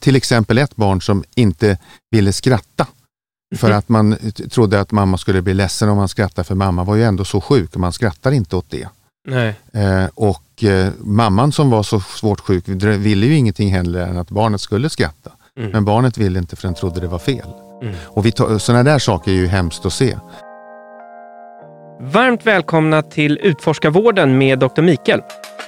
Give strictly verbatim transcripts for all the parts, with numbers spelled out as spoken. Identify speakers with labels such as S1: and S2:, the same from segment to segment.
S1: till exempel ett barn som inte ville skratta. För mm. att man trodde att mamma skulle bli ledsen om man skrattade, för mamma var ju ändå så sjuk och man skrattar inte åt det.
S2: Nej.
S1: Eh, och eh, mamman som var så svårt sjuk ville ju ingenting heller än att barnet skulle skratta. Mm. Men barnet ville inte för den trodde det var fel. Mm. Och vi tar, sådana där saker är ju hemskt att se.
S2: Varmt välkomna till Utforskarvården med doktor Mikael.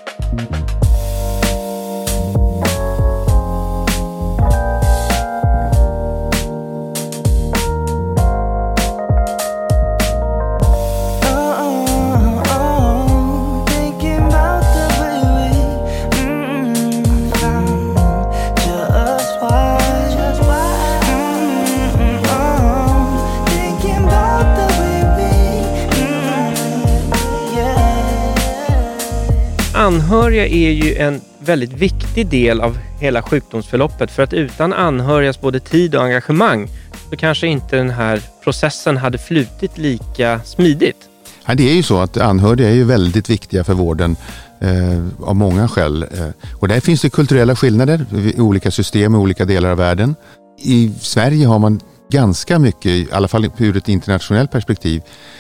S2: Anhöriga är ju en väldigt viktig del av hela sjukdomsförloppet, för att utan anhörigas både tid och engagemang så kanske inte den här processen hade flutit lika smidigt.
S1: Ja, det är ju så att anhöriga är ju väldigt viktiga för vården eh, av många skäl. Eh, och där finns det kulturella skillnader i olika system i olika delar av världen. I Sverige har man ganska mycket, i alla fall ur ett internationellt perspektiv,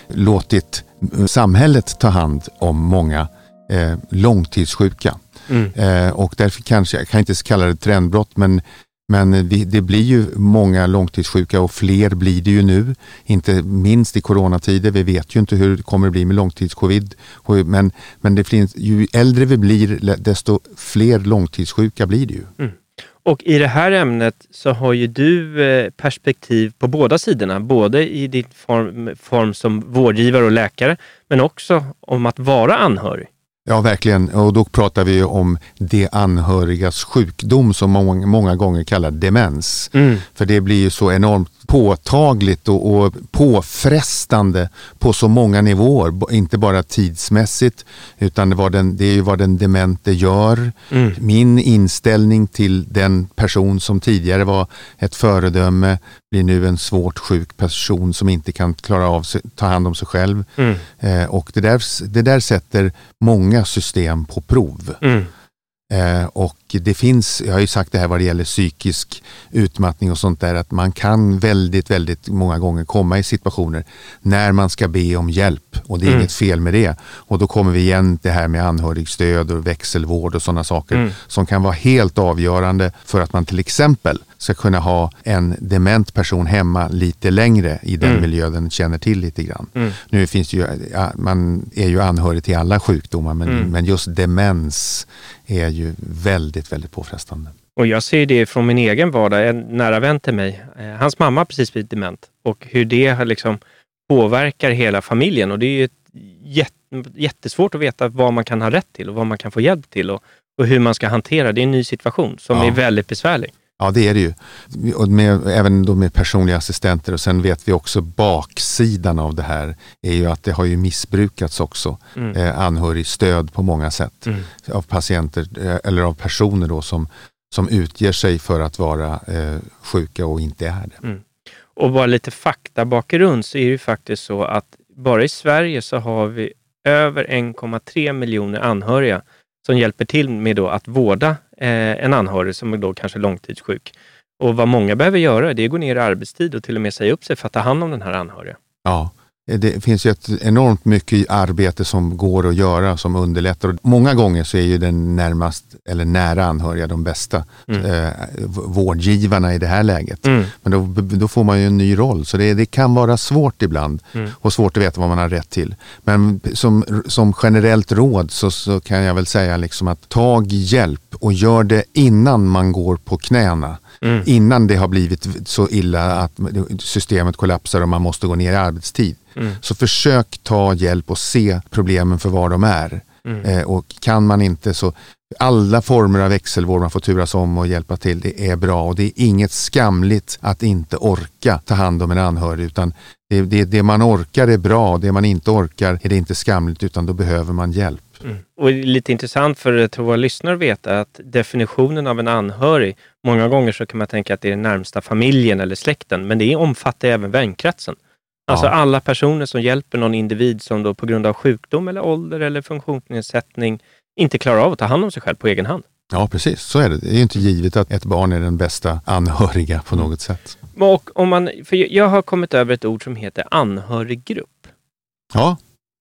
S1: låtit samhället ta hand om många Eh, långtidssjuka. Mm. Eh, och därför kanske, jag kan inte kalla det trendbrott, men, men vi, det blir ju många långtidssjuka och fler blir det ju nu. Inte minst i coronatider. Vi vet ju inte hur det kommer att bli med långtidscovid. Men, men det finns, ju äldre vi blir, desto fler långtidssjuka blir det ju.
S2: Mm. Och i det här ämnet så har ju du eh, perspektiv på båda sidorna. Både i din form, form som vårdgivare och läkare, men också om att vara anhörig.
S1: Ja, verkligen. Och då pratar vi om de anhörigas sjukdom som många, många gånger kallar demens. Mm. För det blir ju så enormt påtagligt och, och påfrestande på så många nivåer. Inte bara tidsmässigt, utan det, var den, det är ju vad den demente gör. Mm. Min inställning till den person som tidigare var ett föredöme blir nu en svårt sjuk person som inte kan klara av sig, ta hand om sig själv. Mm. Eh, och det där, det där sätter många system på prov. Mm. Eh, och det finns, jag har ju sagt det här vad det gäller psykisk utmattning och sånt där, att man kan väldigt, väldigt många gånger komma i situationer när man ska be om hjälp, och det är mm. inget fel med det. Och då kommer vi igen det här med anhörigstöd och växelvård och sådana saker mm. som kan vara helt avgörande för att man till exempel ska kunna ha en dement person hemma lite längre i den mm. miljö den känner till lite grann. Mm. Nu finns det ju, ja, man är ju anhörig till alla sjukdomar, men, mm. men just demens är ju väldigt, väldigt påfrestande.
S2: Och jag ser det från min egen vardag, en nära vän till mig. Hans mamma har precis blivit dement, och hur det liksom påverkar hela familjen. Och det är ju ett jättesvårt att veta vad man kan ha rätt till och vad man kan få hjälp till, och, och hur man ska hantera. Det är en ny situation som ja. är väldigt besvärlig.
S1: Ja, det är det ju. Och med, även då med personliga assistenter. Och sen vet vi också baksidan av det här är ju att det har ju missbrukats också. Mm. Eh, anhörigstöd på många sätt. Mm. Av patienter eh, eller av personer då som, som utger sig för att vara eh, sjuka och inte är det. Mm.
S2: Och bara lite fakta bakgrund, så är det ju faktiskt så att bara i Sverige så har vi över en komma tre miljoner anhöriga som hjälper till med då att vårda eh, en anhörig som är då kanske långtidssjuk. Och vad många behöver göra, det är att gå ner i arbetstid och till och med säga upp sig för att ta hand om den här anhöriga.
S1: Ja, det finns ju ett enormt mycket arbete som går att göra som underlättar. Och många gånger så är ju den närmast eller nära anhöriga de bästa mm. eh, vårdgivarna i det här läget. Mm. Men då, då får man ju en ny roll. Så det, det kan vara svårt ibland mm. och svårt att veta vad man har rätt till. Men som, som generellt råd så, så kan jag väl säga liksom att tag hjälp och gör det innan man går på knäna. Mm. Innan det har blivit så illa att systemet kollapsar och man måste gå ner i arbetstid. Mm. Så försök ta hjälp och se problemen för vad de är. Mm. Eh, och kan man inte så alla former av växelvård man får turas om och hjälpa till, det är bra. Och det är inget skamligt att inte orka ta hand om en anhörig, utan det, det, det man orkar är bra, det man inte orkar är det inte skamligt, utan då behöver man hjälp.
S2: Mm. Och det är lite intressant för jag tror våra lyssnare veta att definitionen av en anhörig, många gånger så kan man tänka att det är den närmsta familjen eller släkten, men det omfattar även vänkretsen. Alltså ja. alla personer som hjälper någon individ som då på grund av sjukdom eller ålder eller funktionsnedsättning inte klarar av att ta hand om sig själv på egen hand.
S1: Ja, precis. Så är det. Det är ju inte givet att ett barn är den bästa anhöriga på något sätt.
S2: Och om man, för jag har kommit över ett ord som heter anhöriggrupp.
S1: Ja,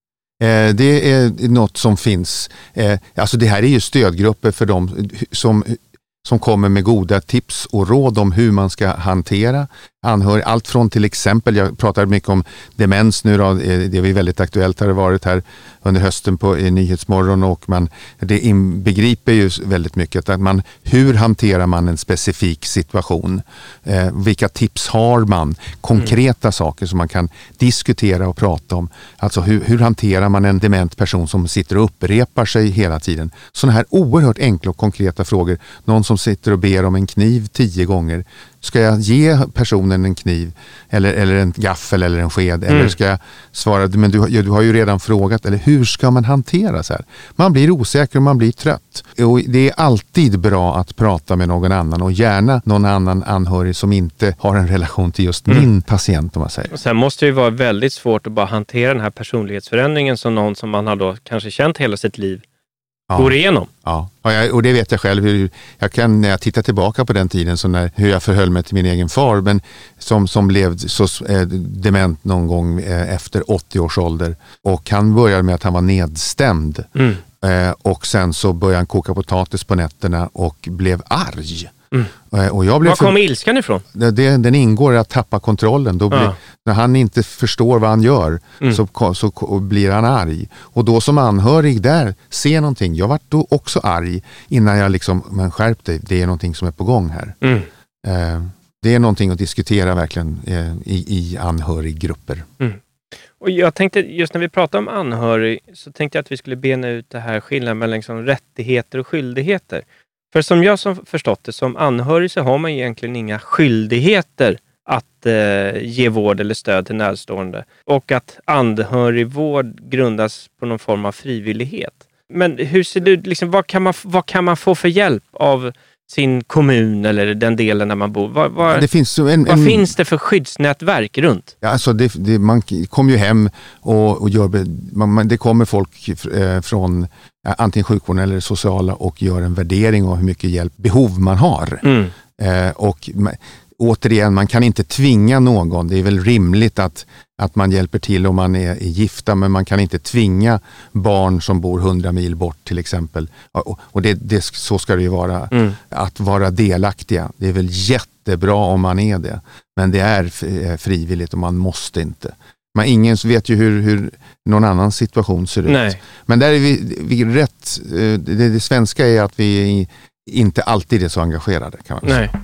S1: eh, det är något som finns. Eh, alltså det här är ju stödgrupper för dem som, som kommer med goda tips och råd om hur man ska hantera anhöriga. Allt från till exempel, jag pratar mycket om demens nu då, det är väldigt aktuellt, har det varit här under hösten på i Nyhetsmorgon, och man, det inbegriper ju väldigt mycket att man, hur hanterar man en specifik situation, eh, vilka tips har man, konkreta mm. saker som man kan diskutera och prata om, alltså hur, hur hanterar man en dement person som sitter och upprepar sig hela tiden, sådana här oerhört enkla och konkreta frågor. Någon som sitter och ber om en kniv tio gånger, ska jag ge personen en kniv eller, eller en gaffel eller en sked, mm. eller ska jag svara, men du, ja, du har ju redan frågat, eller hur ska man hantera så här? Man blir osäker och man blir trött. Och det är alltid bra att prata med någon annan, och gärna någon annan anhörig som inte har en relation till just mm. min patient, om man säger.
S2: Och sen måste det ju vara väldigt svårt att bara hantera den här personlighetsförändringen som någon som man har då kanske känt hela sitt liv
S1: ja. går
S2: igenom.
S1: Ja, och det vet jag själv. Hur jag kan, när jag tittar tillbaka på den tiden, så när, hur jag förhöll mig till min egen far, men som, som blev så eh, dement någon gång eh, efter åttio års ålder. Och han började med att han var nedstämd. Mm. Eh, och sen så började han koka potatis på nätterna och blev arg. Mm. Och jag blev
S2: Var kom för... ilskan ifrån?
S1: Det, det, den ingår i att tappa kontrollen. Då blir, ja. När han inte förstår vad han gör mm. så, så blir han arg. Och då som anhörig där, se någonting. Jag var då också arg innan jag liksom, men skärp dig, det är någonting som är på gång här. Mm. Eh, det är någonting att diskutera verkligen eh, i, i anhöriggrupper. Mm.
S2: Och jag tänkte, just när vi pratar om anhörig, så tänkte jag att vi skulle bena ut det här skillnaden mellan liksom rättigheter och skyldigheter. För som jag som förstått det, som anhörig så har man egentligen inga skyldigheter att eh, ge vård eller stöd till närstående. Och att anhörigvård grundas på någon form av frivillighet. Men hur ser du, liksom, vad, kan man, vad kan man få för hjälp av sin kommun eller den delen där man bor? Vad, vad,
S1: det finns en,
S2: vad
S1: en,
S2: finns det för skyddsnätverk runt?
S1: Ja, alltså det, det, man kommer ju hem och, och gör, man, det kommer folk eh, från antingen sjukvården eller sociala och gör en värdering av hur mycket hjälp, behov man har. Mm. Eh, och återigen, man kan inte tvinga någon. Det är väl rimligt att, att man hjälper till om man är, är gifta, men man kan inte tvinga barn som bor hundra mil bort till exempel. Och, och det, det, så ska det ju vara. Mm. Att vara delaktiga. Det är väl jättebra om man är det. Men det är frivilligt och man måste inte. Men ingen vet ju hur, hur någon annan situation ser ut.
S2: Nej.
S1: Men där är vi, vi rätt. Det, det svenska är att vi inte alltid är så engagerade, kan man säga.
S2: Nej.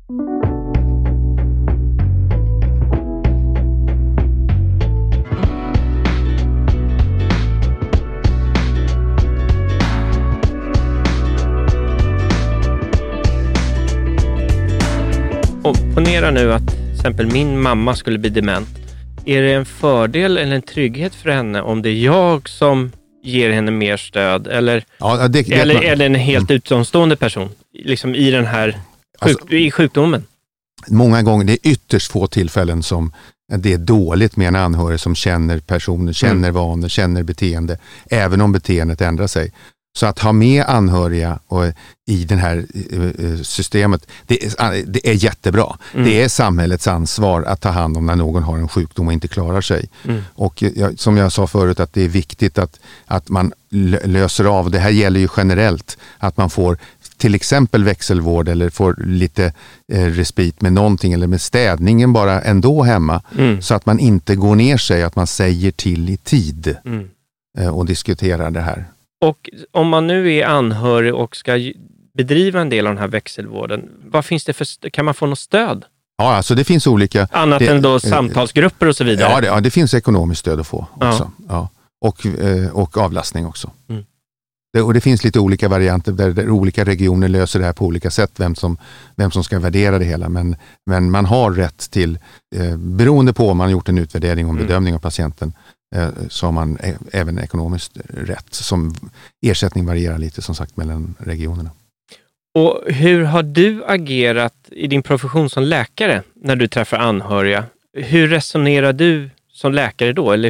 S2: Och ponera nu att till exempel min mamma skulle bli dement. Är det en fördel eller en trygghet för henne om det är jag som ger henne mer stöd? Eller,
S1: ja, det, det,
S2: eller,
S1: man,
S2: eller en helt mm. utomstående person liksom i den här sjuk, alltså, i sjukdomen?
S1: Många gånger, det är ytterst få tillfällen som det är dåligt med en anhörig som känner personer, känner mm. vanor, känner beteende, även om beteendet ändrar sig. Så att ha med anhöriga och, i det här uh, systemet, det är, det är jättebra. Mm. Det är samhällets ansvar att ta hand om när någon har en sjukdom och inte klarar sig. Mm. Och jag, som jag sa förut, att det är viktigt att, att man löser av, det här gäller ju generellt, att man får till exempel växelvård eller får lite eh, respit med någonting eller med städningen bara ändå hemma. Mm. Så att man inte går ner sig, att man säger till i tid mm. eh, och diskuterar det här.
S2: Och om man nu är anhörig och ska bedriva en del av den här växelvården, vad finns det för, kan man få något stöd?
S1: Ja, alltså det finns olika...
S2: Annat
S1: det,
S2: än då samtalsgrupper och så vidare?
S1: Ja, det, ja, det finns ekonomiskt stöd att få också. Ja. Ja. Och, eh, och avlastning också. Mm. Det, och det finns lite olika varianter där, där olika regioner löser det här på olika sätt, vem som, vem som ska värdera det hela. Men, men man har rätt till, eh, beroende på om man har gjort en utvärdering och en bedömning av patienten, så har man även ekonomiskt rätt. Som ersättning varierar lite som sagt mellan regionerna.
S2: Och hur har du agerat i din profession som läkare när du träffar anhöriga? Hur resonerar du som läkare då? Eller hur,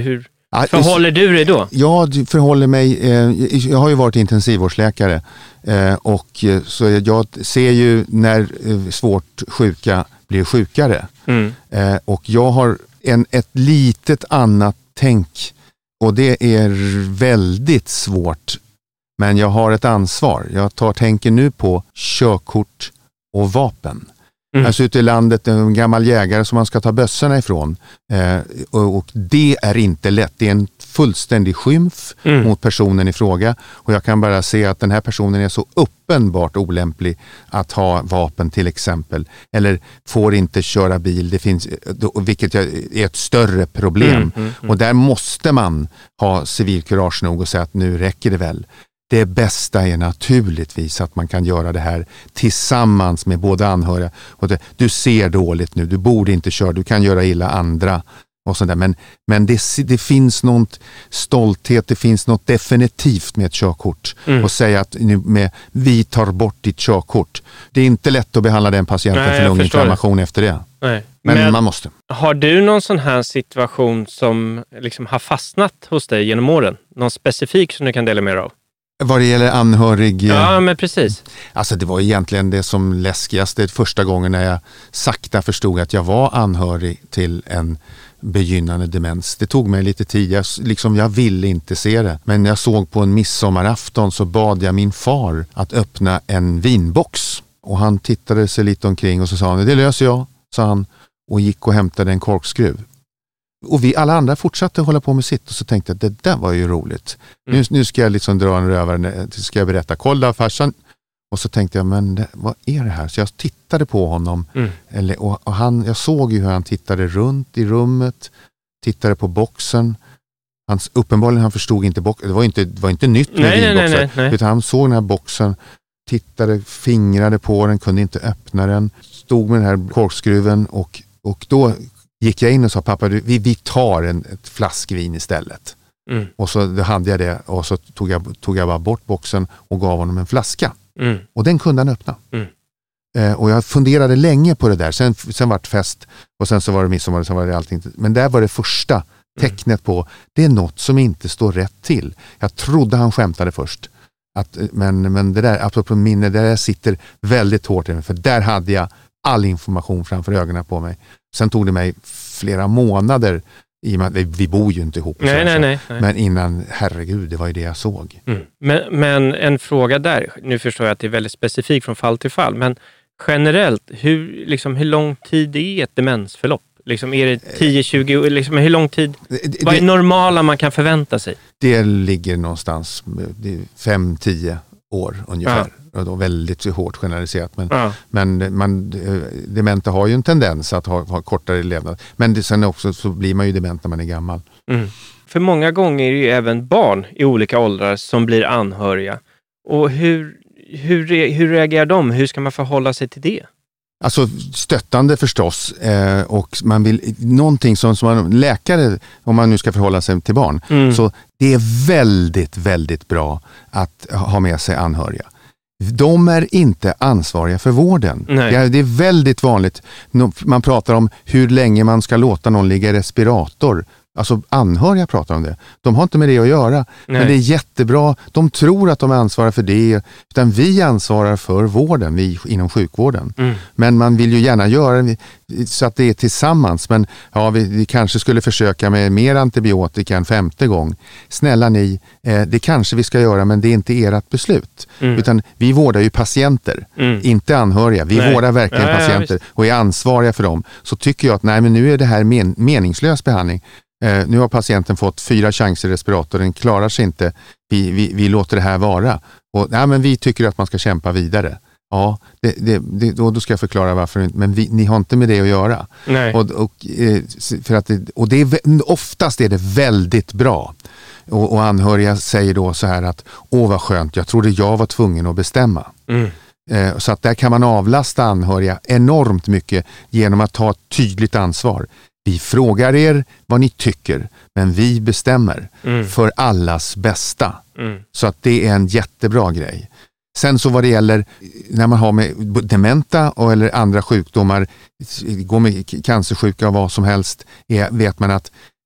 S2: Förhåller du dig då?
S1: Jag förhåller mig, eh, jag har ju varit intensivvårdsläkare eh, och så jag ser ju när eh, svårt sjuka blir sjukare. Mm. Eh, och jag har en, ett litet annat tänk och det är väldigt svårt, men jag har ett ansvar. Jag tar tänker nu på körkort och vapen. Mm. Alltså ute i landet, en gammal jägare som man ska ta bössorna ifrån. Eh, och, och det är inte lätt. Det är en fullständig skymf mm. mot personen i fråga. Och jag kan bara se att den här personen är så uppenbart olämplig att ha vapen till exempel. Eller får inte köra bil. Det finns, vilket är ett större problem. Mm, mm, mm. Och där måste man ha civilkurage nog och säga att nu räcker det väl. Det bästa är naturligtvis att man kan göra det här tillsammans med både anhöriga. Och det, du ser dåligt nu, du borde inte köra, du kan göra illa andra. Och sånt där. Men, men det, det finns något stolthet, det finns något definitivt med ett körkort. Mm. Och säga att nu med, vi tar bort ditt körkort. Det är inte lätt att behandla den patienten Nej, för lunginflammation efter det. Nej. Men, men man måste.
S2: Har du någon sån här situation som liksom har fastnat hos dig genom åren? Någon specifik som du kan dela med dig av?
S1: Vad det gäller anhörig...
S2: Ja, men precis.
S1: Alltså det var egentligen det som läskigaste första gången när jag sakta förstod att jag var anhörig till en begynnande demens. Det tog mig lite tid. Jag, liksom, jag ville inte se det. Men jag såg på en midsommarafton så bad jag min far att öppna en vinbox. Och han tittade sig lite omkring och så sa han, det löser jag, sa han. Och gick och hämtade en korkskruv. Och vi alla andra fortsatte hålla på med sitt och så tänkte jag att det där var ju roligt. Mm. Nu, nu ska jag liksom dra en rövare, ska jag berätta, kolla farsan. Och så tänkte jag, men det, vad är det här? Så jag tittade på honom mm. eller, och, och han, jag såg ju hur han tittade runt i rummet, tittade på boxen. Hans, uppenbarligen han förstod inte boxen, det var inte, det var inte nytt med
S2: nej,
S1: vinboxen.
S2: Nej, nej, nej.
S1: Utan han såg den här boxen, tittade, fingrade på den, kunde inte öppna den. Stod med den här korkskruven och, och då gick jag in och sa, pappa, du, vi, vi tar en, ett flaskvin istället. Mm. Och så då hade jag det och så tog jag, tog jag bara bort boxen och gav honom en flaska. Mm. Och den kunde han öppna. Mm. Eh, och jag funderade länge på det där. Sen, sen var det fest och sen så var det midsommar och sen var det allting. Men där var det första tecknet på, det är något som inte står rätt till. Jag trodde han skämtade först. Att, men, men det där, apropå minne, där jag sitter väldigt hårt i mig. För där hade jag all information framför ögonen på mig. Sen tog det mig flera månader, i och med att vi, vi bor ju inte ihop.
S2: Nej, nej, nej, nej.
S1: Men innan, herregud, det var ju det jag såg.
S2: Mm. Men, men en fråga där, nu förstår jag att det är väldigt specifikt från fall till fall, men generellt, hur, liksom, hur lång tid är ett demensförlopp? Liksom, är det tio tjugo, liksom, hur lång tid? Det, vad är normala man kan förvänta sig?
S1: Det ligger någonstans fem till tio år ungefär. Ja. Och då väldigt hårt generaliserat. Men, ja. men man, dementa har ju en tendens att ha, ha kortare levnad. Men det, sen också så blir man ju dement när man är gammal.
S2: Mm. För många gånger är det ju även barn i olika åldrar som blir anhöriga. Och hur, hur, hur reagerar de? Hur ska man förhålla sig till det?
S1: Alltså stöttande förstås eh, och man vill någonting som, som man, läkare, om man nu ska förhålla sig till barn, mm. så det är väldigt, väldigt bra att ha med sig anhöriga. De är inte ansvariga för vården. Det är, det är väldigt vanligt, man pratar om hur länge man ska låta någon ligga i respirator. Alltså anhöriga pratar om det. De har inte med det att göra. Nej. Men det är jättebra. De tror att de är ansvariga för det. Utan vi ansvarar för vården, vi inom sjukvården. Mm. Men man vill ju gärna göra det så att det är tillsammans. Men ja, vi, vi kanske skulle försöka med mer antibiotika en femte gång. Snälla ni, eh, det kanske vi ska göra, men det är inte ert beslut. Mm. Utan vi vårdar ju patienter, mm. inte anhöriga. Vi nej. vårdar verkligen ja, patienter ja, och är ansvariga för dem. Så tycker jag att nej, men nu är det här men, meningslös behandling. Eh, nu har patienten fått fyra chanser i respirator, den klarar sig inte, vi, vi, vi låter det här vara. Och, nej, men vi tycker att man ska kämpa vidare. Ja, det, det, det, då, då ska jag förklara varför, men vi, ni har inte med det att göra. Nej. Och, och, för att det, och det är, oftast är det väldigt bra. Och, och anhöriga säger då så här att, åh vad skönt, jag trodde jag var tvungen att bestämma. Mm. Eh, så att där kan man avlasta anhöriga enormt mycket genom att ta ett tydligt ansvar. Vi frågar er vad ni tycker, men vi bestämmer mm. för allas bästa. Mm. Så att det är en jättebra grej. Sen så vad det gäller när man har med dementa och eller andra sjukdomar, går med cancersjuka och vad som helst, är, vet man att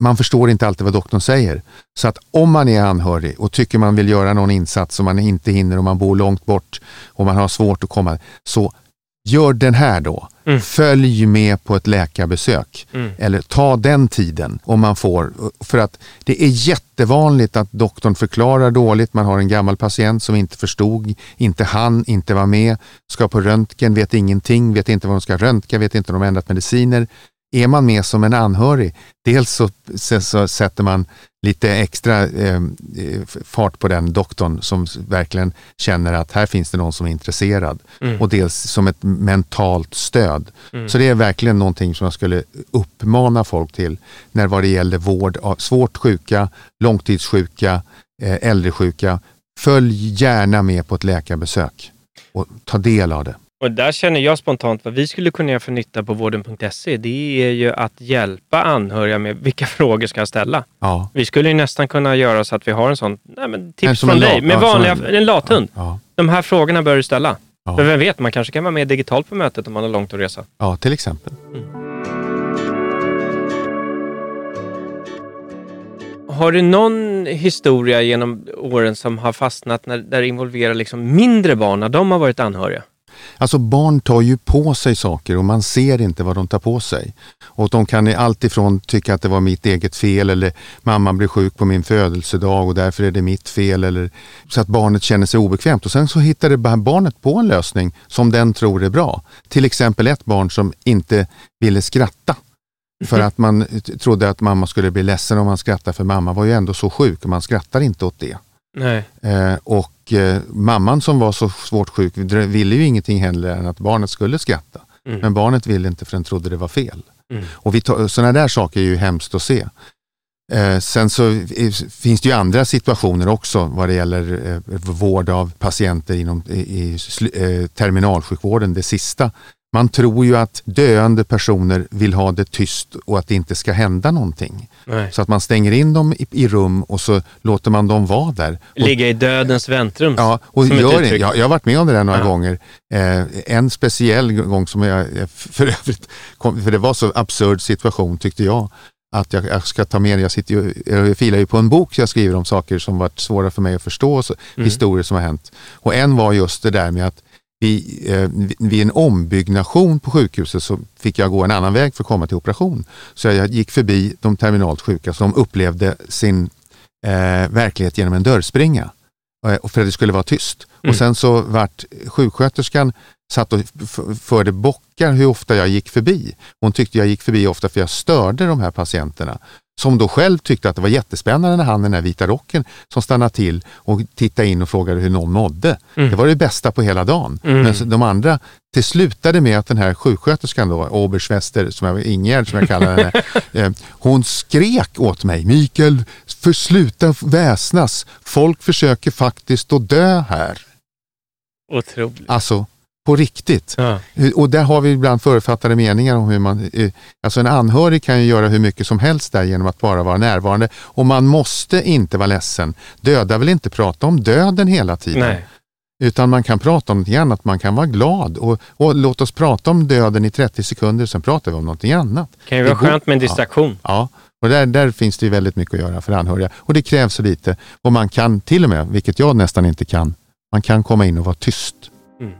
S1: man förstår inte alltid vad doktorn säger. Så att om man är anhörig och tycker man vill göra någon insats som man inte hinner och man bor långt bort och man har svårt att komma, så gör den här då. Mm. Följ med på ett läkarbesök. Mm. Eller ta den tiden om man får. För att det är jättevanligt att doktorn förklarar dåligt. Man har en gammal patient som inte förstod, inte han, inte var med. Ska på röntgen, vet ingenting, vet inte vad de ska röntga, vet inte om de har ändrat mediciner. Är man med som en anhörig, dels så, så, så sätter man lite extra eh, fart på den doktorn som verkligen känner att här finns det någon som är intresserad. Mm. Och dels som ett mentalt stöd. Mm. Så det är verkligen någonting som jag skulle uppmana folk till när vad det gäller vård av svårt sjuka, långtidssjuka, eh, äldresjuka. Följ gärna med på ett läkarbesök och ta del av det.
S2: Och där känner jag spontant vad vi skulle kunna göra för nytta på vården punkt se. Det är ju att hjälpa anhöriga med vilka frågor ska jag ställa. Ja. Vi skulle ju nästan kunna göra så att vi har en sån nej men tips från dig med vanliga, en, en lathund. Ja, ja. De här frågorna bör du ställa. Ja. För vem vet, man kanske kan vara med digitalt på mötet om man har långt att resa.
S1: Ja, till exempel. Mm.
S2: Har du någon historia genom åren som har fastnat när, där det involverar liksom mindre barn när de har varit anhöriga?
S1: Alltså barn tar ju på sig saker och man ser inte vad de tar på sig. Och de kan alltifrån tycka att det var mitt eget fel eller mamma blir sjuk på min födelsedag och därför är det mitt fel. Eller, så att barnet känner sig obekvämt. Och sen så hittar det barnet på en lösning som den tror är bra. Till exempel ett barn som inte ville skratta. För att man trodde att mamma skulle bli ledsen om man skrattar, för mamma var ju ändå så sjuk och man skrattar inte åt det.
S2: Nej.
S1: Eh, och eh, mamman som var så svårt sjuk ville ju ingenting heller än att barnet skulle skratta. Mm. Men barnet ville inte för den trodde det var fel. Mm. Och vi tar, sådana där saker är ju hemskt att se. Eh, sen så är, finns det ju andra situationer också vad det gäller eh, vård av patienter inom i, i, eh, terminalsjukvården, det sista. Man tror ju att döende personer vill ha det tyst och att det inte ska hända någonting. Nej. Så att man stänger in dem i, i rum och så låter man dem vara där.
S2: Ligga i dödens väntrum.
S1: Ja, och gör det. Jag, jag har varit med om det där några ja. gånger. Eh, en speciell gång som jag för övrigt kom, för det var så absurd situation tyckte jag. Att jag, jag ska ta med, jag sitter ju, jag filar ju på en bok, jag skriver om saker som varit svåra för mig att förstå, så, mm. historier som har hänt. Och en var just det där med att Vid, eh, vid en ombyggnation på sjukhuset så fick jag gå en annan väg för att komma till operation. Så jag gick förbi de terminalt sjuka som upplevde sin eh, verklighet genom en dörrspringa. Eh, för att det skulle vara tyst. Mm. Och sen så vart sjuksköterskan satt och f- förde bockar hur ofta jag gick förbi. Hon tyckte jag gick förbi ofta för jag störde de här patienterna. Som då själv tyckte att det var jättespännande när han den här vita rocken som stannade till och tittade in och frågade hur någon mådde. Mm. Det var det bästa på hela dagen. Mm. Men de andra, det slutade med att den här sjuksköterskan då, Oberschwester, som jag, Ingegerd som jag kallar henne, eh, hon skrek åt mig: Mikael, för sluta väsnas. Folk försöker faktiskt att dö här.
S2: Otroligt.
S1: Alltså, på riktigt.
S2: Ja.
S1: Och där har vi ibland förutfattade meningar om hur man, alltså en anhörig kan ju göra hur mycket som helst där genom att bara vara närvarande. Och man måste inte vara ledsen. Döda vill inte prata om döden hela tiden.
S2: Nej.
S1: Utan man kan prata om något annat, man kan vara glad. Och, och låt oss prata om döden i trettio sekunder, sen pratar vi om något annat.
S2: Det kan ju vara skönt med en distraktion.
S1: Ja, ja. Och där, där finns det ju väldigt mycket att göra för anhöriga. Och det krävs så lite. Och man kan till och med, vilket jag nästan inte kan, man kan komma in och vara tyst. Mm.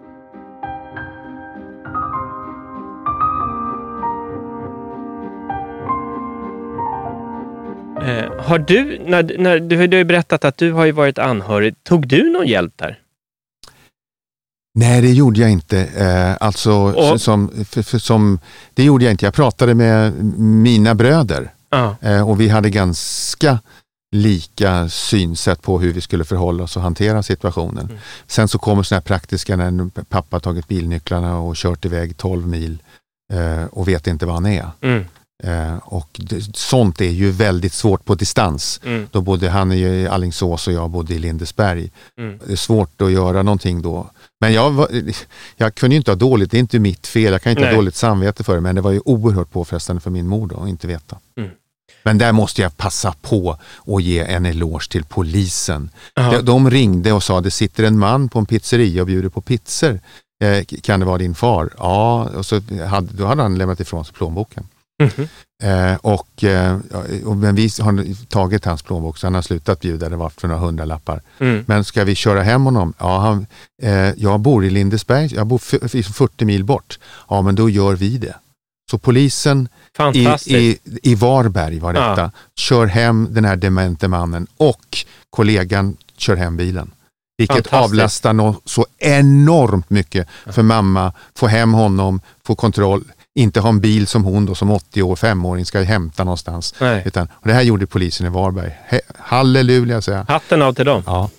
S2: Eh, har du, när, när du har ju berättat att du har ju varit anhörig, tog du någon hjälp där?
S1: Nej, det gjorde jag inte. Eh, alltså, och, som, för, för, som, det gjorde jag inte. Jag pratade med mina bröder uh. eh, och vi hade ganska lika synsätt på hur vi skulle förhålla oss och hantera situationen. Mm. Sen så kommer sådana här praktiska när pappa tagit bilnycklarna och kört iväg tolv mil eh, och vet inte vad han är. Mm. Eh, och det, sånt är ju väldigt svårt på distans. Mm. Då både han är i Alingsås och jag bodde i Lindesberg. Mm. Det är svårt att göra någonting då. Men jag, var, jag kunde ju inte ha dåligt, det är inte mitt fel, jag kan inte Nej. ha dåligt samvete för det, men det var ju oerhört påfrestande för min mor då att inte veta. Mm. Men där måste jag passa på och ge en eloge till polisen. De, de ringde och sa, det sitter en man på en pizzeria och bjuder på pizzor. Eh, kan det vara din far? Ja, och så hade, då hade han lämnat ifrån sig plånboken. Mm-hmm. Eh, och, eh, och men vi har tagit hans plånbok så han har slutat bjuda, det var för några hundralappar. Mm. Men ska vi köra hem honom? Ja, han, eh, jag bor i Lindesberg, jag bor f- fyrtio mil bort. Ja, men då gör vi det. Så polisen i, i, i Varberg var detta, ja. Kör hem den här demente mannen och kollegan kör hem bilen. Vilket avlastar no- så enormt mycket för mamma, få hem honom, få kontroll, inte ha en bil som hon då som åttio år, femåring ska hämta någonstans. Utan, och det här gjorde polisen i Varberg. He- halleluja, säger jag.
S2: Hatten av till dem.
S1: Ja.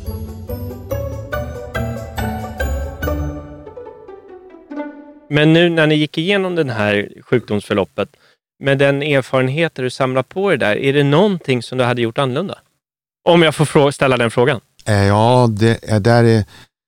S2: Men nu när ni gick igenom den här sjukdomsförloppet, med den erfarenheter du samlat på dig där, är det någonting som du hade gjort annorlunda? Om jag får frå- ställa den frågan.
S1: Ja, det är, där är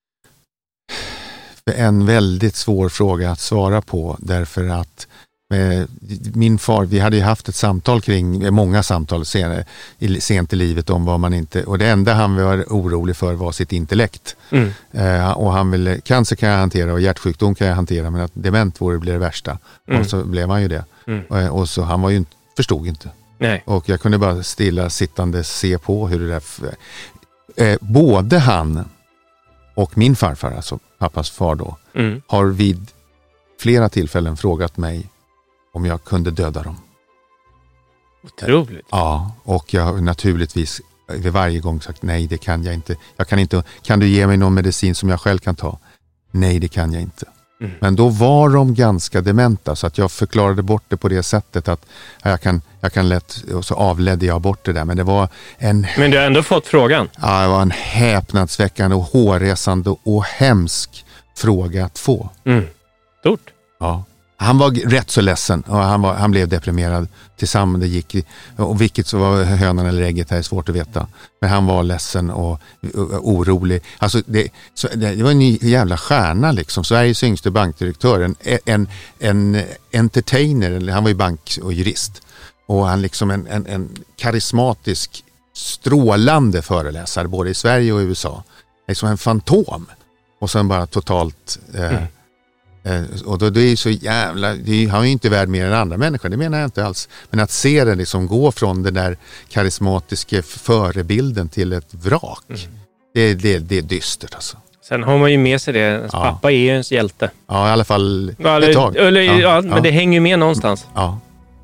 S1: en väldigt svår fråga att svara på, därför att eh, min far, vi hade ju haft ett samtal kring, många samtal senare, i, sent i livet om vad man inte, och det enda han var orolig för var sitt intellekt. Mm. Eh, och han ville, cancer kan jag hantera och hjärtsjukdom kan jag hantera, men att dement vore blir det värsta. Mm. Och så blev han ju det. Mm. Och, och så han var ju, förstod inte.
S2: Nej.
S1: Och jag kunde bara stilla sittande se på hur det där, eh, både han och min farfar, alltså pappas far då, mm. har vid flera tillfällen frågat mig om jag kunde döda dem.
S2: Otroligt.
S1: Ja, och jag har naturligtvis vid varje gång sagt nej, det kan jag inte. Jag kan inte. Kan du ge mig någon medicin som jag själv kan ta? Nej, det kan jag inte. Mm. Men då var de ganska dementa, så att jag förklarade bort det på det sättet att jag kan, jag kan lätt, och så avledde jag bort det där. Men det var en...
S2: Men du har ändå fått frågan?
S1: Ja, det var en häpnadsväckande och hårresande och hemsk fråga att få.
S2: Mm. Stort.
S1: Ja. Han var rätt så ledsen och han, var, han blev deprimerad tillsammans. Det gick, och vilket så var hönan eller ägget här är svårt att veta. Men han var ledsen och, och orolig. Alltså det, så, det, det var en jävla stjärna liksom. Sveriges yngste bankdirektör. En, en, en entertainer. Han var ju bank- och jurist. Och han liksom en, en, en karismatisk, strålande föreläsare både i Sverige och i U S A. Liksom en fantom. Och sen bara totalt... Eh, mm. Och då, det är så jävla, det är, han är ju inte värd mer än andra människor, det menar jag inte alls. Men att se den liksom gå från den där karismatiska förebilden till ett vrak, mm. det, det, det är dystert alltså.
S2: Sen har man ju med sig det, ens ja. pappa är ju ens hjälte.
S1: Ja, i alla fall
S2: ja, eller,
S1: ett tag.
S2: Eller, ja, ja, men
S1: ja.
S2: det hänger ju med någonstans.
S1: Ja.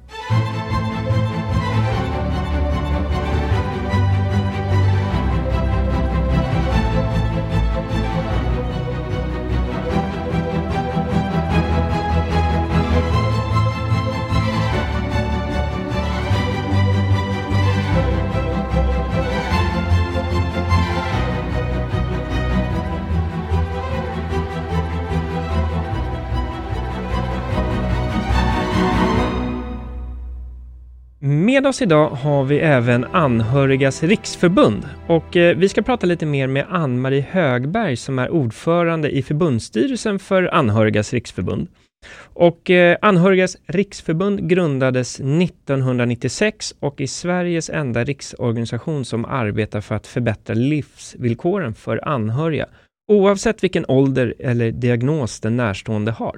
S2: Med oss idag har vi även Anhörigas riksförbund och eh, vi ska prata lite mer med Ann-Marie Högberg som är ordförande i förbundsstyrelsen för Anhörigas riksförbund. Och eh, Anhörigas riksförbund grundades nittonhundranittiosex och är Sveriges enda riksorganisation som arbetar för att förbättra livsvillkoren för anhöriga, oavsett vilken ålder eller diagnos den närstående har.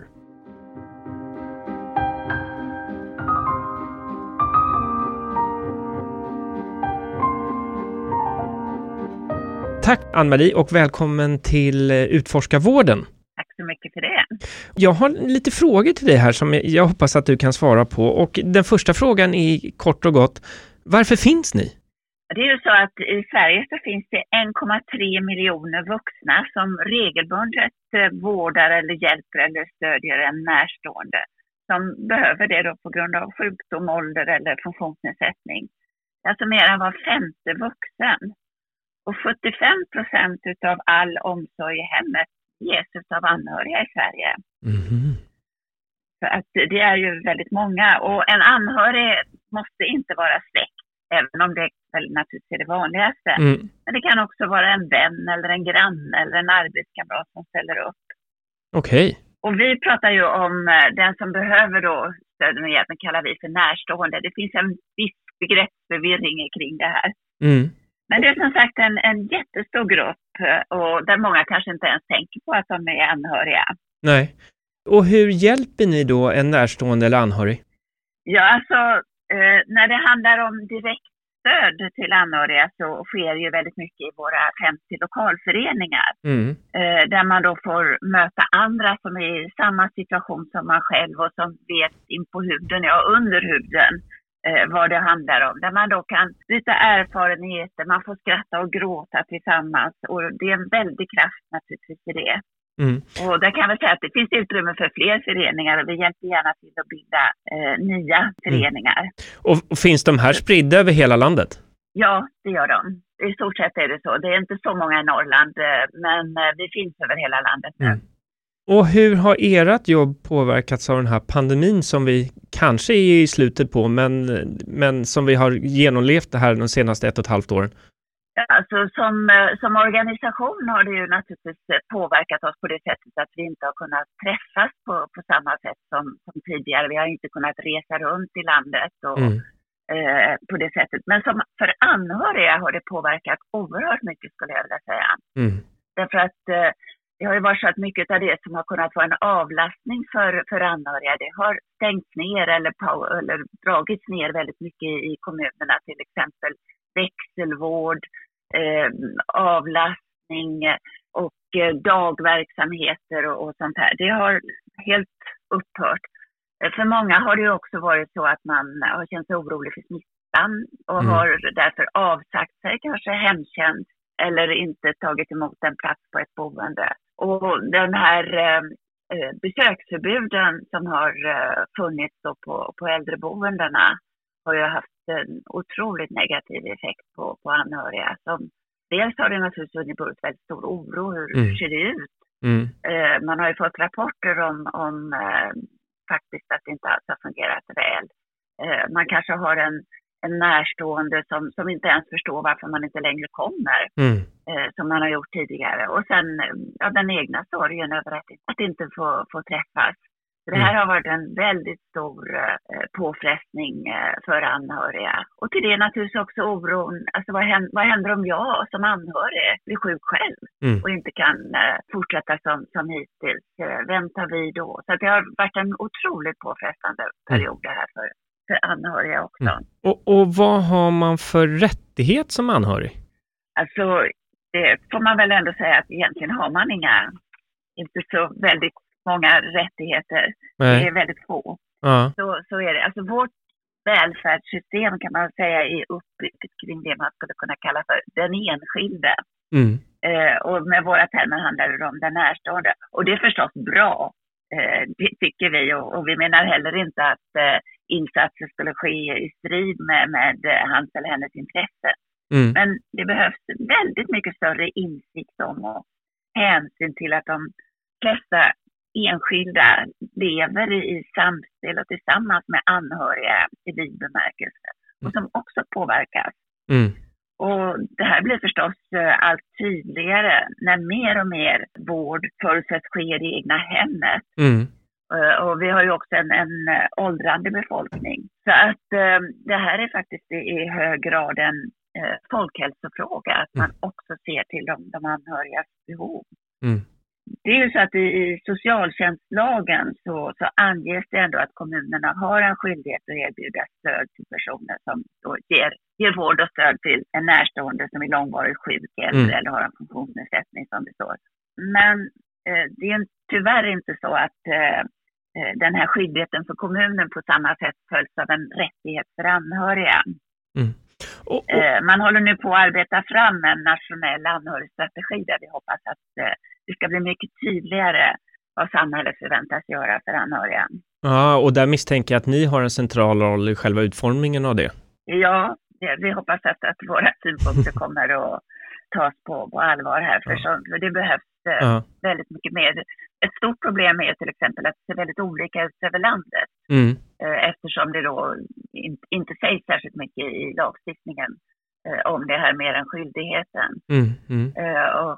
S2: Tack Ann-Marie och välkommen till Utforskarvården.
S3: Tack så mycket för det.
S2: Jag har lite frågor till dig här som jag hoppas att du kan svara på. Och den första frågan är kort och gott, varför finns ni?
S3: Det är ju så att i Sverige så finns det en komma tre miljoner vuxna som regelbundet vårdar eller hjälper eller stödjer en närstående som behöver det då på grund av sjukdom, ålder eller funktionsnedsättning. Alltså mer än var femte vuxen. Och sjuttiofem procent av all omsorg i hemmet ges av anhöriga i Sverige. Mm-hmm. Så att det är ju väldigt många. Och en anhörig måste inte vara släkt, även om det väl naturligtvis är det vanligaste. Mm. Men det kan också vara en vän eller en granne eller en arbetskamrat som ställer upp.
S2: Okej. Okay.
S3: Och vi pratar ju om den som behöver då stöden och hjälpen kallar vi för närstående. Det finns en viss begreppsförvirring kring det här. Mm. Men det är som sagt en, en jättestor grupp och där många kanske inte ens tänker på att de är anhöriga.
S2: Nej. Och hur hjälper ni då en närstående eller anhörig?
S3: Ja, alltså eh, när det handlar om direktstöd till anhöriga så sker ju väldigt mycket i våra femtio lokalföreningar. Mm. Eh, där man då får möta andra som är i samma situation som man själv och som vet in på huden, ja under huden, eh, vad det handlar om. Där man då kan byta erfarenheter, man får skratta och gråta tillsammans och det är en väldig kraft naturligtvis i det. Mm. Och där kan vi säga att det finns utrymme för fler föreningar och vi hjälper gärna till att bilda eh, nya föreningar. Mm.
S2: Och, och finns de här spridda över hela landet?
S3: Ja, det gör de. I stort sett är det så. Det är inte så många i Norrland, men eh, vi finns över hela landet nu. Mm.
S2: Och hur har ert jobb påverkats av den här pandemin som vi kanske är i slutet på, men, men som vi har genomlevt det här de senaste ett och ett halvt åren?
S3: Alltså som, som organisation har det ju naturligtvis påverkat oss på det sättet att vi inte har kunnat träffas på, på samma sätt som, som tidigare. Vi har inte kunnat resa runt i landet och, mm. eh, på det sättet. Men som för anhöriga har det påverkat oerhört mycket, skulle jag vilja säga. Mm. Därför att eh, det har ju varit så att mycket av det som har kunnat vara en avlastning för, för anhöriga, det har stängts ner eller, eller dragits ner väldigt mycket i, i kommunerna, till exempel växelvård, eh, avlastning och eh, dagverksamheter och, och sånt här. Det har helt upphört. Eh, för många har det ju också varit så att man har känt sig orolig för smittan och mm. har därför avsagt sig kanske hemtjänst eller inte tagit emot en plats på ett boende. Och den här eh, besöksförbuden som har eh, funnits då på, på äldreboendena har ju haft en otroligt negativ effekt på, på anhöriga. Som, dels har det naturligtvis inneburit väldigt stor oro. Hur mm. ser det ut? Mm. Eh, man har ju fått rapporter om, om eh, faktiskt att det inte alls har fungerat väl. Eh, man kanske har en, en närstående som, som inte ens förstår varför man inte längre kommer. Mm. Eh, som man har gjort tidigare. Och sen ja, den egna sorgen över att, att inte få, få träffas. Så det här har varit en väldigt stor eh, påfrestning eh, för anhöriga. Och till det naturligtvis också oron, alltså vad händer, vad händer om jag som anhörig blir sjuk själv mm. och inte kan eh, fortsätta som, som hittills? Eh, vem tar vi då? Så det har varit en otroligt påfrestande period det här för, för anhöriga också. Mm.
S2: Och, och vad har man för rättighet som anhörig?
S3: Alltså det får man väl ändå säga att egentligen har man inga, inte så väldigt många rättigheter. Nej. Det är väldigt få. Ja. Så, så är det. Alltså vårt välfärdssystem kan man säga är uppbyggt kring det man skulle kunna kalla för den enskilde. Mm. Eh, och med våra termer handlar det om den närstående. Och det är förstås bra. Eh, det tycker vi. Och, och vi menar heller inte att eh, insatser skulle ske i strid med, med hans eller hennes intresse. Mm. Men det behövs väldigt mycket större insikt om och hänsyn till att de flesta enskilda lever i samspel och tillsammans med anhöriga i vid bemärkelse och som också påverkas. Mm. Och det här blir förstås allt tydligare när mer och mer vård förutsätts ske i det egna hemmet. Mm. Och vi har ju också en, en åldrande befolkning. Så att det här är faktiskt i hög grad en folkhälsofråga, att man också ser till de, de anhörigas behov. Mm. Det är ju så att i socialtjänstlagen så, så anges det ändå att kommunerna har en skyldighet att erbjuda stöd till personer som då ger, ger vård och stöd till en närstående som är långvarigt sjuk eller, mm. eller har en funktionsnedsättning som det står. Men eh, det är tyvärr inte så att eh, den här skyldigheten för kommunen på samma sätt följs av en rättighet för anhöriga. Mm. Oh, oh. Eh, man håller nu på att arbeta fram en nationell anhörigstrategi där vi hoppas att eh, det ska bli mycket tydligare vad samhället förväntas göra för anhöriga.
S2: Ja, och där misstänker jag att ni har en central roll i själva utformningen av det.
S3: Ja, det, vi hoppas att, att våra synpunkter kommer att tas på, på allvar här. För, ja. så, för det behövs eh, ja. väldigt mycket mer. Ett stort problem är till exempel att det ser väldigt olika ut över landet. Mm. Eh, eftersom det då in, inte sägs särskilt mycket i lagstiftningen eh, om det här mer än skyldigheten. Mm. Mm. Eh, och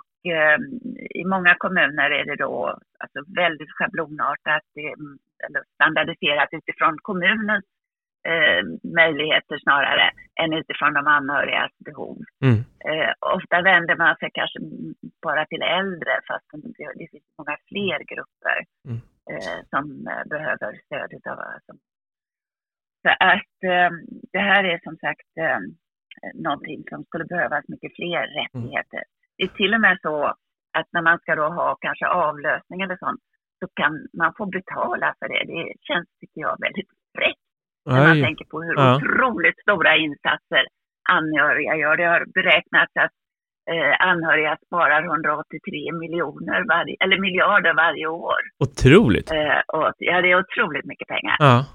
S3: i många kommuner är det då alltså väldigt schablonartat eller standardiserat utifrån kommunens eh, möjligheter snarare än utifrån de anhörigas behov. Mm. Eh, ofta vänder man sig kanske bara till äldre fast det, det finns många fler grupper mm. eh, som behöver stöd av, som Så att eh, det här är som sagt eh, någonting som skulle behövas mycket fler rättigheter. Mm. Det är till och med så att när man ska då ha kanske avlösning eller sånt, så kan man få betala för det. Det känns, tycker jag, väldigt fräckt. När man tänker på hur ja. otroligt stora insatser anhöriga gör. Det har beräknats att eh, anhöriga sparar hundraåttiotre miljoner varje, eller miljarder varje år.
S2: Otroligt!
S3: Eh, och, ja, det är otroligt mycket pengar.
S2: Ja.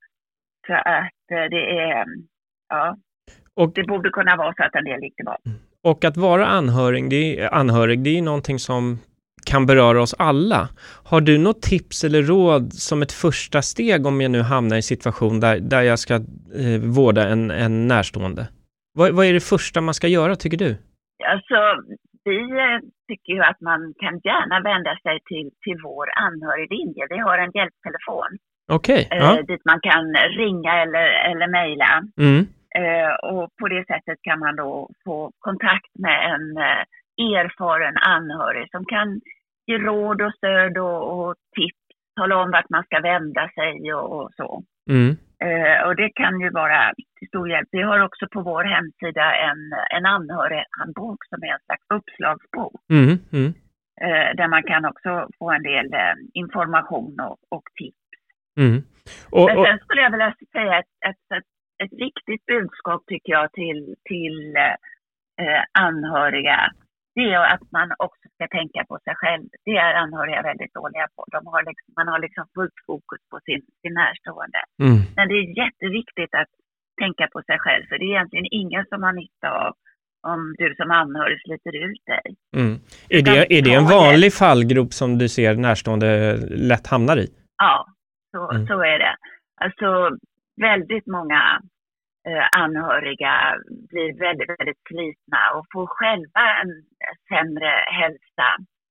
S3: Så att eh, det är, ja, och det borde kunna vara så att en del gick tillbaka.
S2: Och att vara anhörig, det är, anhörig, det är någonting som kan beröra oss alla. Har du något tips eller råd som ett första steg om jag nu hamnar i en situation där, där jag ska eh, vårda en, en närstående? Vad, vad är det första man ska göra, tycker du?
S3: Alltså, vi tycker ju att man kan gärna vända sig till, till vår anhöriglinje. Vi har en hjälptelefon.
S2: Okej. Okay, ja.
S3: eh, dit man kan ringa eller, eller mejla.
S2: Mm.
S3: Eh, och på det sättet kan man då få kontakt med en eh, erfaren anhörig som kan ge råd och stöd och, och tips, tala om vart man ska vända sig och, och så.
S2: Mm.
S3: Eh, och det kan ju vara till stor hjälp. Vi har också på vår hemsida en, en anhörighandbok som är en slags uppslagsbok.
S2: Mm. Mm.
S3: Eh, där man kan också få en del eh, information och, och tips.
S2: Mm. Och,
S3: Men
S2: och...
S3: sen skulle jag vilja säga ett, ett, ett, ett viktigt budskap tycker jag till, till eh, anhöriga. Det är att man också ska tänka på sig själv. Det är anhöriga väldigt dåliga på. De har liksom, man har liksom fullt fokus på sin, sin närstående.
S2: Mm.
S3: Men det är jätteviktigt att tänka på sig själv. För det är egentligen ingen som har nytta av om du som anhörig sliter ut dig.
S2: Mm. Är, det, är det en vanlig fallgrop som du ser närstående lätt hamnar i?
S3: Ja, så,
S2: mm.
S3: så är det. Alltså väldigt många eh, anhöriga blir väldigt, väldigt slitna och får själva en sämre hälsa.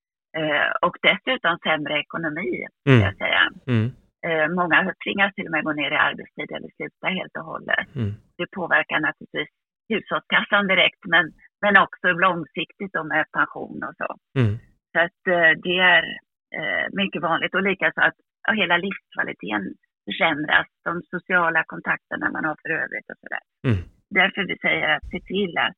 S3: Eh, och dessutom sämre ekonomi, mm. jag säga.
S2: Mm.
S3: Eh, många tvingas till och med gå ner i arbetstid eller sluta helt och hållet.
S2: Mm.
S3: Det påverkar naturligtvis hushållskassan direkt, men, men också långsiktigt då med pension och så.
S2: Mm.
S3: Så att eh, det är eh, mycket vanligt. Och likaså att ja, hela livskvaliteten försämras, de sociala kontakterna man har för övrigt och sådär.
S2: Mm.
S3: Därför vi säger att se till att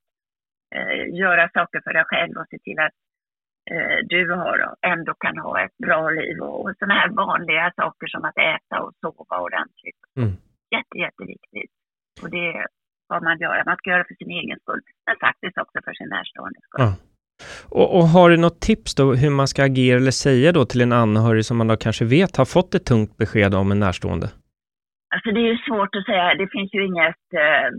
S3: eh, göra saker för dig själv och se till att eh, du har, ändå kan ha ett bra liv och, och sådana här vanliga saker som att äta och sova ordentligt.
S2: Mm.
S3: Jätte, jätteviktigt. Och det vad man gör. Man ska göra för sin egen skull, men faktiskt också för sin närstående skull.
S2: Ja. Och, och har du något tips då hur man ska agera eller säga då till en anhörig som man då kanske vet har fått ett tungt besked om en närstående?
S3: Alltså det är ju svårt att säga. Det finns ju inget eh,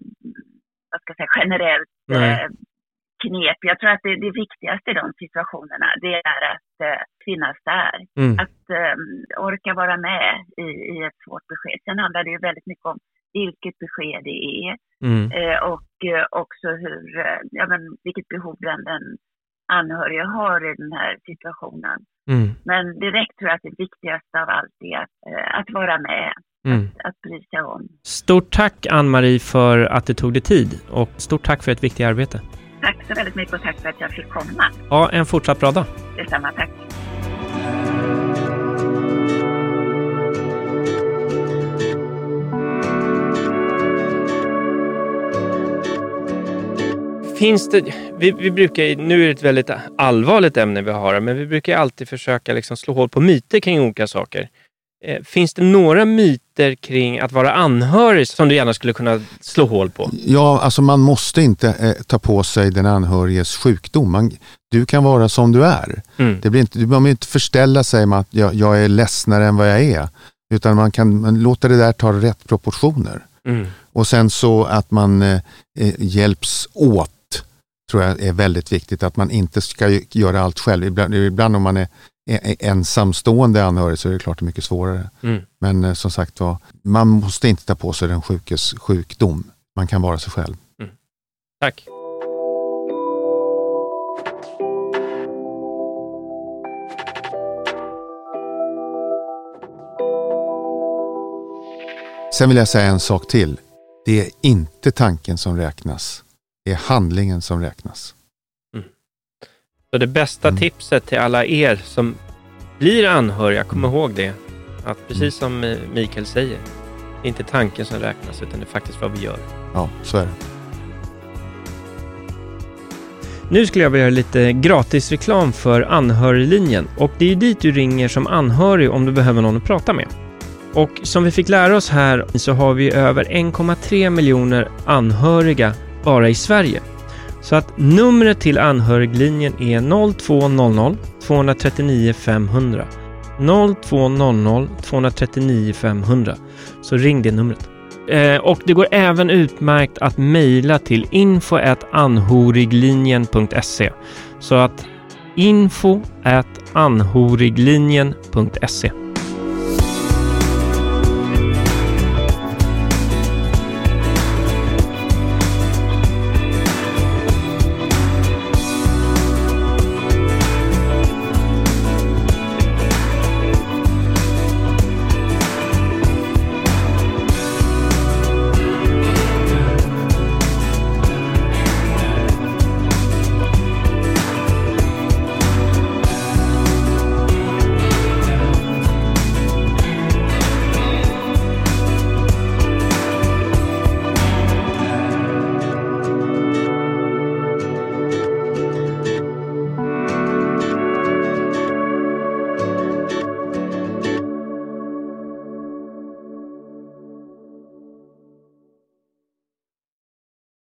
S3: vad ska jag säga, generellt eh, knep. Jag tror att det, det viktigaste i de situationerna det är att eh, finnas där.
S2: Mm.
S3: Att eh, orka vara med i, i ett svårt besked. Sen handlar det ju väldigt mycket om vilket besked det är.
S2: Mm.
S3: Eh, och eh, också hur, eh, ja, men, vilket behov den, den anhöriga har i den här situationen.
S2: Mm.
S3: Men direkt tror jag att det viktigaste av allt är att, eh, att vara med.
S2: Mm.
S3: Att, att bry sig om.
S2: Stort tack Ann-Marie för att du tog dig tid och stort tack för ett viktigt arbete.
S3: Tack så väldigt mycket och tack för att jag fick komma.
S2: Ja, en fortsatt bra dag.
S3: Detsamma, tack.
S2: Finns det, vi, vi brukar, nu är det ett väldigt allvarligt ämne vi har, men vi brukar alltid försöka liksom slå hål på myter kring olika saker. Eh, finns det några myter kring att vara anhörig som du gärna skulle kunna slå hål på?
S1: Ja, alltså man måste inte eh, ta på sig den anhöriges sjukdom. Man, du kan vara som du är. Mm. Det blir inte, du behöver inte förställa sig med att jag, jag är ledsnare än vad jag är. Utan man kan man låta det där ta rätt proportioner. Mm. Och sen så att man eh, hjälps åt. Tror jag är väldigt viktigt, att man inte ska göra allt själv. Ibland, ibland om man är ensamstående anhörig så är det klart det är mycket svårare. Mm. Men eh, som sagt var, man måste inte ta på sig den sjukes sjukdom. Man kan vara sig själv.
S2: Mm. Tack.
S1: Sen vill jag säga en sak till. Det är inte tanken som räknas. Det är handlingen som räknas.
S2: Mm. Så det bästa mm. tipset till alla er som blir anhöriga, kom ihåg det. Att precis som Mikael säger, Det är inte tanken som räknas, utan det är faktiskt vad vi gör.
S1: Ja, så är det.
S2: Nu skulle jag vilja göra lite gratis reklam för anhöriglinjen. Och det är dit du ringer som anhörig om du behöver någon att prata med. Och som vi fick lära oss här så har vi över en komma tre miljoner anhöriga bara i Sverige. Så att numret till anhöriglinjen är noll två noll noll två tre nio fem noll noll. noll två noll noll två tre nio fem noll noll. Så ring det numret. Eh, och det går även utmärkt att mejla till info at anhoriglinjen punkt se. Så att info at anhoriglinjen punkt se.